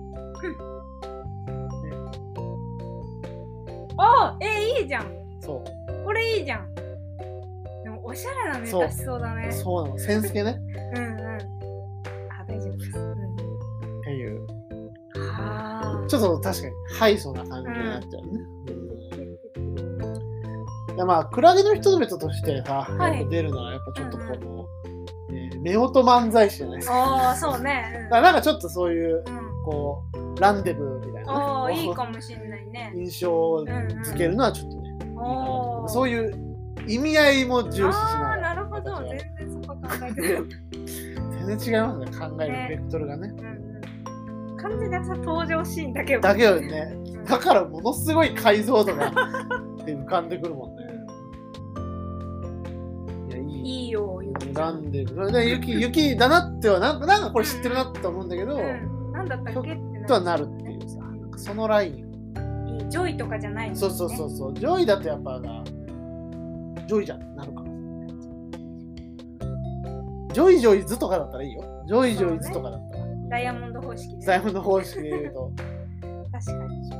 あ、いいじゃん。 そう。 これいいじゃん。でもおしゃれなネタしそうだね。 そうなの。センス系ね。 あ、大丈夫です。 っていう。 ああ。 ちょっと確かにハイソな感じになっちゃうね。まあクラゲの人々としてさ、出るのはやっぱちょっとこの、夫婦漫才師じゃないですか。 ああ、そうね。 なんかちょっとそういう、こうランデブーみたいな、 ああ、いいかもしれないね。 印象づけるのはちょっとね、そういう意味合いも重視しない。 ああ、なるほど。全然そこ考えてる。 全然違いますね、考えるベクトルがね。 完全な登場シーンだけだよね。だからものすごい解像度が浮かんでくるもんね。 いいよ、 ランデブー。雪だなってはなんかこれ知ってるなって思うんだけど、 なんだったっけってとはなるっていうさ、そのライン。 ジョイとかじゃないのね。 そう。ジョイだとやっぱジョイじゃんなるかも。ジョイズとかだったらいいよ。ジョイズとかだったら。 ダイヤモンド方式で。ダイヤモンド方式で言うと。 確かに。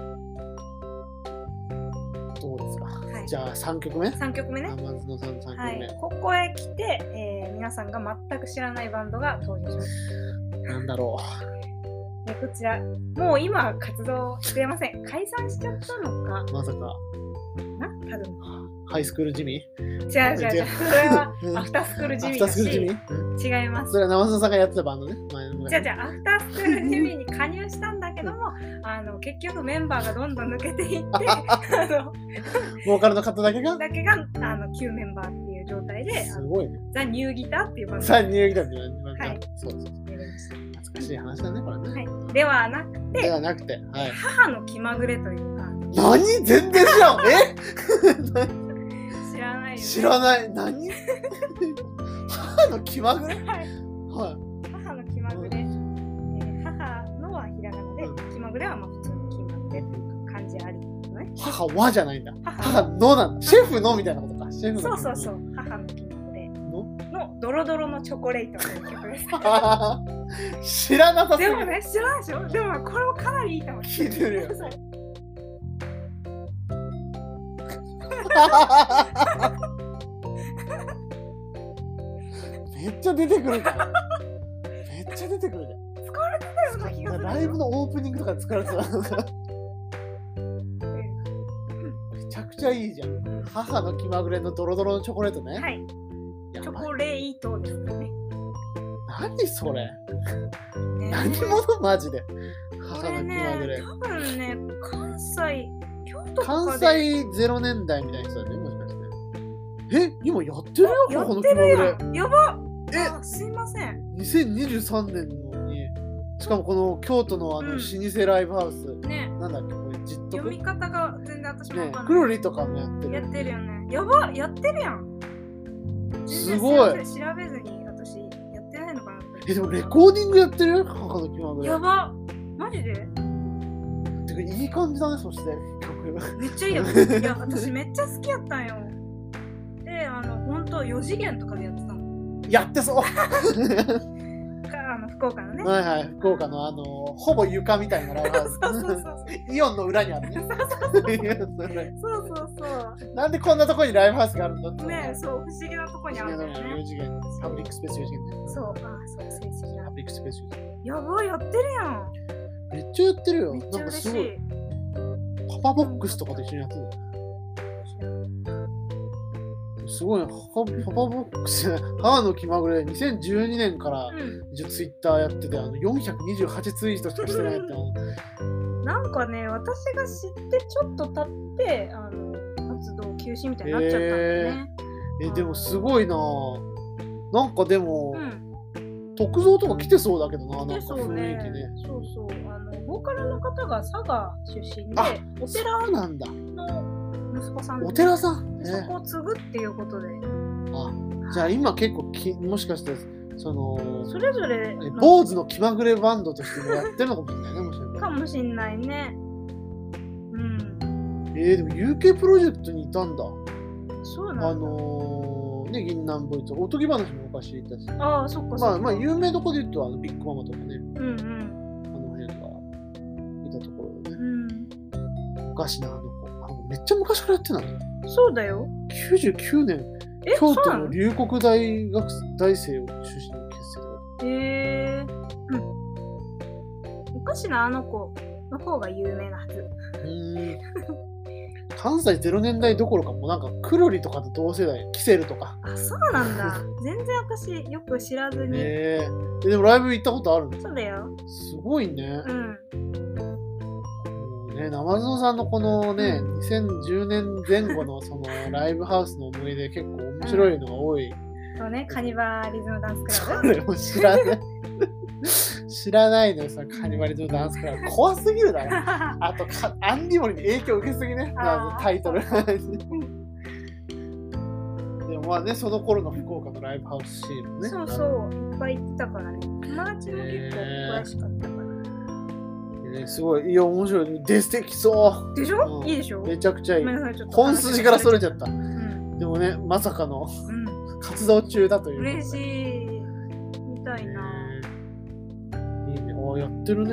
どうですか。じゃあ3曲目。 3曲目ね。 ナマズノさんの3曲目。 ここへ来て、皆さんが全く知らないバンドが登場します。 なんだろう。こちら、もう今活動してません。解散しちゃったのか。 まさか。 多分。 ハイスクールジミー？ 違う。それはアフタースクールジミーだし。違います。 それはナマズノさんがやってたバンドね。 じゃあアフタースクールジミーに加入したんだけども、結局メンバーがどんどん抜けていって、 ボーカルの方だけが旧メンバーっていう状態で、 すごいね。 ザ・ニューギターっていうバンド。 ザ・ニューギターっていうバンド。 はい。 そう。懐かしい話だね、これね。 ではなくて、母の気まぐれというか。 何？全然知らん。 知らないよね。 知らない。何？母の気まぐれ？はい。 母の気まぐれ。母のはひらがなで、気まぐれはまあ普通に気まぐれというか漢字ありのね。 母はじゃないんだ。母のなんだ。シェフのみたいなことか。シェフの。 そう。母の気まぐれのドロドロのチョコレートという曲です。 知らなさすぎる。 でもね、知らないでしょ。でもこれもかなりいいと思う。 聞いてるよ。めっちゃ出てくるから。めっちゃ出てくるじゃん。 使われてたような気がする。 ライブのオープニングとかで使われてた。めちゃくちゃいいじゃん。母の気まぐれのドロドロのチョコレートね。 はい。チョコレートですね。 何それ、何者マジで。母の気まぐれ。 多分ね、関西、京都と関かで。 西0年代みたいな人だね、もしかして。今やってるよ、 や母のってる気まぐれ。 やん。やば。 え、 すいません。 2023年のに、しかもこの京都の老舗ライブハウス、 ね。 なんだっけ、これ、実読み方が全然私もわねかんない。 クロリとかもやってる。 やってるよね。やば、やってるやん。 すごい。 調べずに私やってないのかなって。 でもレコーディングやってるよ、母の気まぐれ。 やば。マジで？ てかいい感じだね、そして曲。 めっちゃいいよ。いや、私めっちゃ好きやったんよ。で、ほんと4次元とかでやってたの。 やってそう。 福岡のね。 はいはい、福岡のほぼ床みたいなライブハウス。 そうそうそう。 イオンの裏にあるね。 そうそうそう。 なんでこんなところにライブハウスがあるんだって。 ね、そう、不思議なとこにあるんだよね。 4次元、パブリックスペース4次元ね。 そう、そう、正式な。 パブリックスペース4次元。 やばい、やってるやん。 めっちゃやってるよ。 めっちゃ嬉しい。 パパボックスとかと一緒にやってる。すごいな、パパボックス、母の気まぐれ、2012年からツイッターやってて、428ツイートしかしてないって。 なんかね、私が知ってちょっと経って、活動休止みたいになっちゃったんだよね。 でもすごいな。なんかでも、特造とか来てそうだけどな、なんか雰囲気ね。 そうそう。ボーカルの方が佐賀出身で、お寺の息子さんで、 お寺さん、 そこを継ぐっていうことで。 じゃあ今結構もしかしてそれぞれ坊主の気まぐれバンドとしてもやってるのかもしれないね、もしかしたら。 かもしんないね。 でも UK プロジェクトにいたんだ。 そうなんだ。 ね、銀杏ボーイズ、おとぎ話も昔いたし。 そっかそっか。 まあ有名どこで言うとビッグママとかね。 辺がいたところだね。おかしな子。めっちゃ昔からやってたね。 そうだよ。 99年、京都の龍谷大学大生を出身に結成だ。 おかしな子の方が有名なはず。 関西0年代どころかもうなんかクロリとかと同世代、キセルとか。 そうなんだ。全然私よく知らずに。 でもライブ行ったことあるの？ そうだよ。 すごいね。ナマズノさんのこのね、2010年前後のそのライブハウスの思い出結構面白いのが多い。 そうね、カニバリズムダンスクラブ。それも知らない。知らないのよ、さ、カニバリズムダンスクラブ。怖すぎるだろ。あとアンディモリに影響受けすぎね、まずタイトル。でもまあね、その頃の福岡のライブハウスシーンね。 そうそう、いっぱい行ってたからね。友達も結構詳しかったから。 すごい、いや、面白い。出てきそう。 でしょ？いいでしょ？ めちゃくちゃいい。本筋からそれちゃった。でもね、まさかの活動中だという。 嬉しい。みたいな。 いいね。やってるね。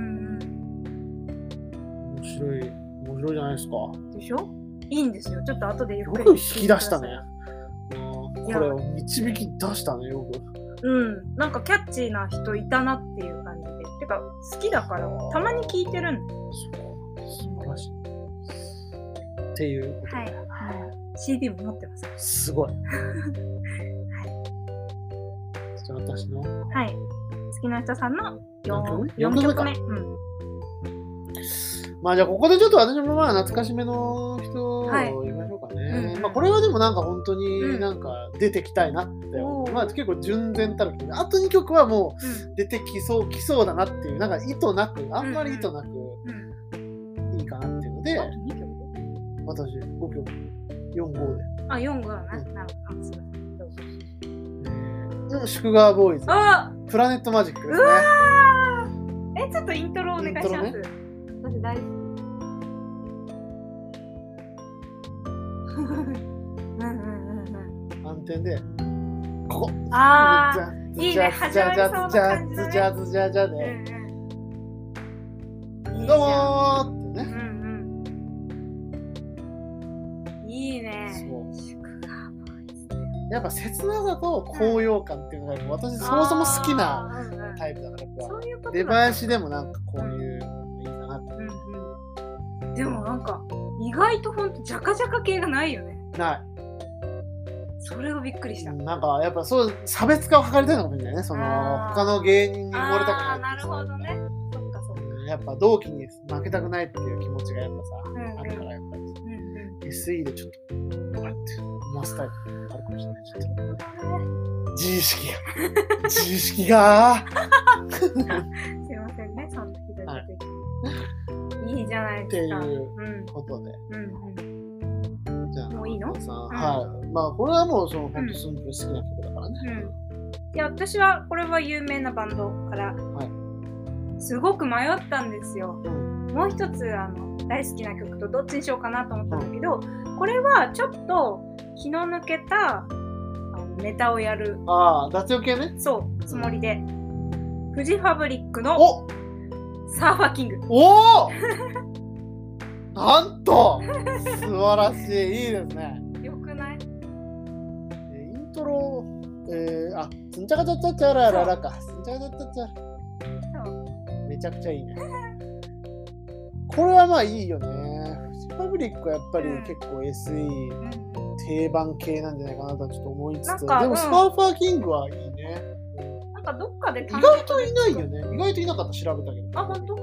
面白いじゃないですか。 でしょ？いいんですよ。ちょっと後でよく引き出したね。これを導き出したね、よく。 なんかキャッチーな人いたなっていう感じで。てか、好きだから、たまに聞いてるんだよ。 素晴らしい。っていう。 はい。CD も持ってます。 すごい。じゃあ私の。 はい。好きな人さんの 4曲目。まあじゃあここでちょっと私もまあ懐かしめの人を言いましょうかね。まあこれはでもなんか本当になんか出てきたいなって。まあ結構純然たる曲で、あと2曲はもう出てきそうだなっていう、なんか意図なく、あんまり意図なくいいかなっていうので、私5曲、4、5で。 4、5だな。なるほど。祝賀ボーイズ。プラネットマジックですね。 ちょっとイントロお願いします。私大好き。 暗転で、ここ。 いいね。始まりそうな感じだね。 ジャズで。どうもーってね。いいね。祝賀ボーイズ。 やっぱ切なさと高揚感っていうのが私そもそも好きなタイプだから、 そういうこと出囃子でもなんかこういうのいいかなって。 でもなんか意外とほんとジャカジャカ系がないよね。 ない。 それがびっくりした。 なんかやっぱそう差別化を図りたいのかもしれないね。その他の芸人に埋もれたくない。 なるほどね。そっかそっか。 やっぱ同期に負けたくないっていう気持ちがやっぱさ、あるからやっぱり、SE でちょっとあって思わせたいあるかもしれない。ちょっと自意識がすいませんね、そんなひどいこと言って。いいじゃないですか。 っていうことで。じゃあもういいの？ はい。まあこれはもうその本当シンプル好きな曲だからね。 いや私はこれは有名なバンドからすごく迷ったんですよ。もう一つ大好きな曲とどっちにしようかなと思ったんだけど、これはちょっと気の抜けたネタをやる。 雑用系ね。 そうつもりで、フジファブリックのサーファーキング。 なんと素晴らしい、いいですね。 よくない？ イントロスンチャカチャチャチャラララか。スンチャカチャチャチャ。めちゃくちゃいいね。これはまあいいよね。フジファブリックはやっぱり結構 SE、定番系なんじゃないかなとちょっと思いつつ、でもサーファーキングはいいね。 なんかどっかで意外といないよね。意外といなかった、調べたけど。 本当？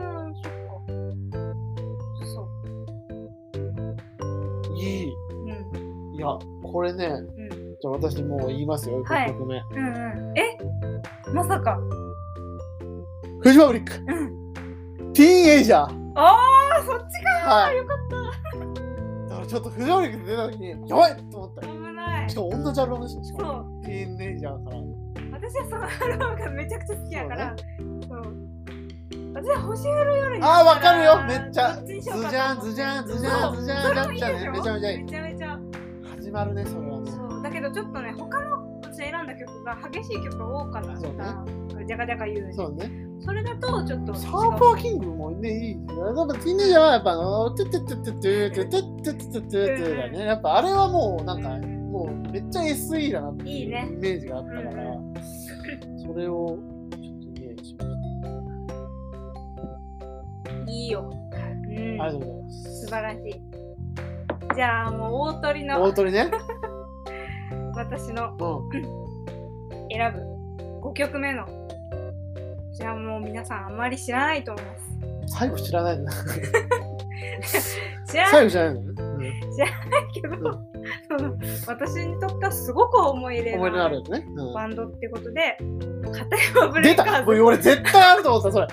いい。いや、これね、じゃあ私もう言いますよ、1曲目。 まさか。 フジファブリック。ティーンエイジャー。 そっちか。よかった。 だからちょっとフジファブリック出た時に、やばいと思った。 危ない。 しかも同じアルバムでしょ、しかも。ティーンエイジャーから。 私はそのアルバムがめちゃくちゃ好きやから。私は星降る夜に。 わかるよ、めっちゃ。ズジャンズジャンズジャンズジャンじゃね、めちゃめちゃいい。 めちゃめちゃ。 始まるね、それはね。 そうだけどちょっとね、他の私選んだ曲が激しい曲が多かった。ジャカジャカ言う。 そうね。 それだとちょっとサーファーキングもね、いい。やっぱティーンエイジャーはやっぱトゥトゥトゥトゥトゥトゥトゥトゥゥトゥだね。やっぱあれはもうなんかもうめっちゃ SE だなっていうイメージがあったから、それをちょっとイメージしました。 いいよ。 ありがとうございます。 素晴らしい。じゃあもう大鳥ね。私の選ぶ5曲目の。じゃあもう皆さんあまり知らないと思います。 最後知らないんだ。 最後知らないの？ 知らないけど、私にとってはすごく思い入れのあるバンドってことで、片山ブレイカーズ。 出た！俺絶対あると思ったそれ。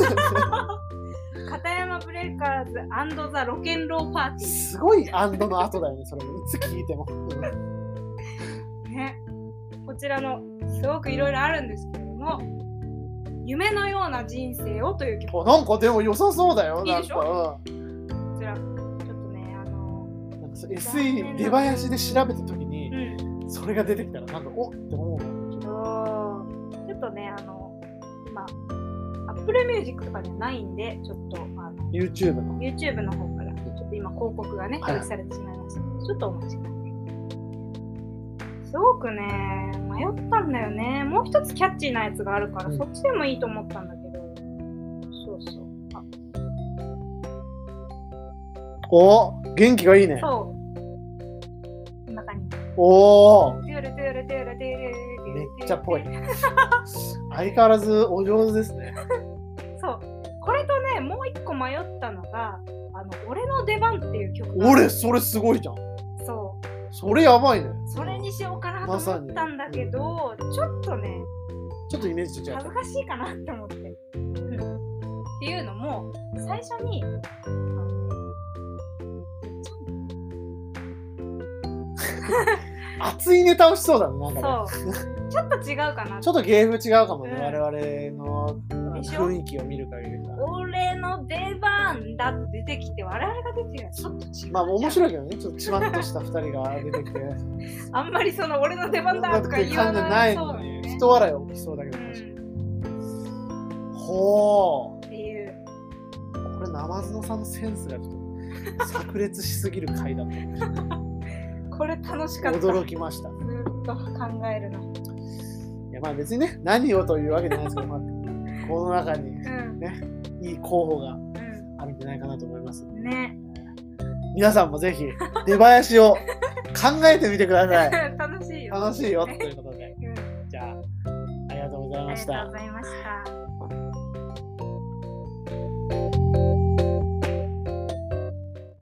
片山ブレイカーズ&ザ・ロケンローパーティー。 すごいアンドの後だよね、それいつ聞いても。 ね、こちらのすごくいろいろあるんですけれども、夢のような人生をという曲。 なんかでも良さそうだよ。 いいでしょ？こちらちょっとね、 なんか SE 出囃子で調べたときに、それが出てきたらなんかおって思う。 ちょっとね、Apple Music とかじゃないんで、ちょっと YouTube の方からちょっと今広告がね表示されてしまいました。ちょっとお待ちください。すごくね迷ったんだよね。もう一つキャッチーなやつがあるから、そっちでもいいと思ったんだけど、 元気がいいね。 そう。こんな感じ。めっちゃぽい。相変わらずお上手ですね。 そう。これとね、もう一個迷ったのが、俺の出番っていう曲。 それすごいじゃん。 そう。 それやばいね。 それにしようかなと思ったんだけど、ちょっとね、 ちょっとイメージと違う。 恥ずかしいかなって思って。っていうのも、最初に、 熱いネタをしそうだね、なんかね。 そう。ちょっと違うかな。 ちょっと芸風違うかもね、我々の雰囲気を見る限りさ。 俺の出番だって出てきて、我々が出てるのはちょっと違う。 まあ面白いけどね、ちょっとちまっとした2人が出てきて。 あんまりその俺の出番だとか言わない。 のに、人笑い起きそうだけど、ほー。 っていう。 これ、ナマズノさんのセンスがちょっと炸裂しすぎる回だった。 これ楽しかった。 驚きました。 すっと考えるの。 いやまあ別にね、何をというわけじゃないですけど、まあ、この中にね、いい候補があるんじゃないかなと思います。 ね。 皆さんもぜひ出囃子を考えてみてください。 楽しいよ。 楽しいよということで。じゃあ、ありがとうございました。 ありがとうございました。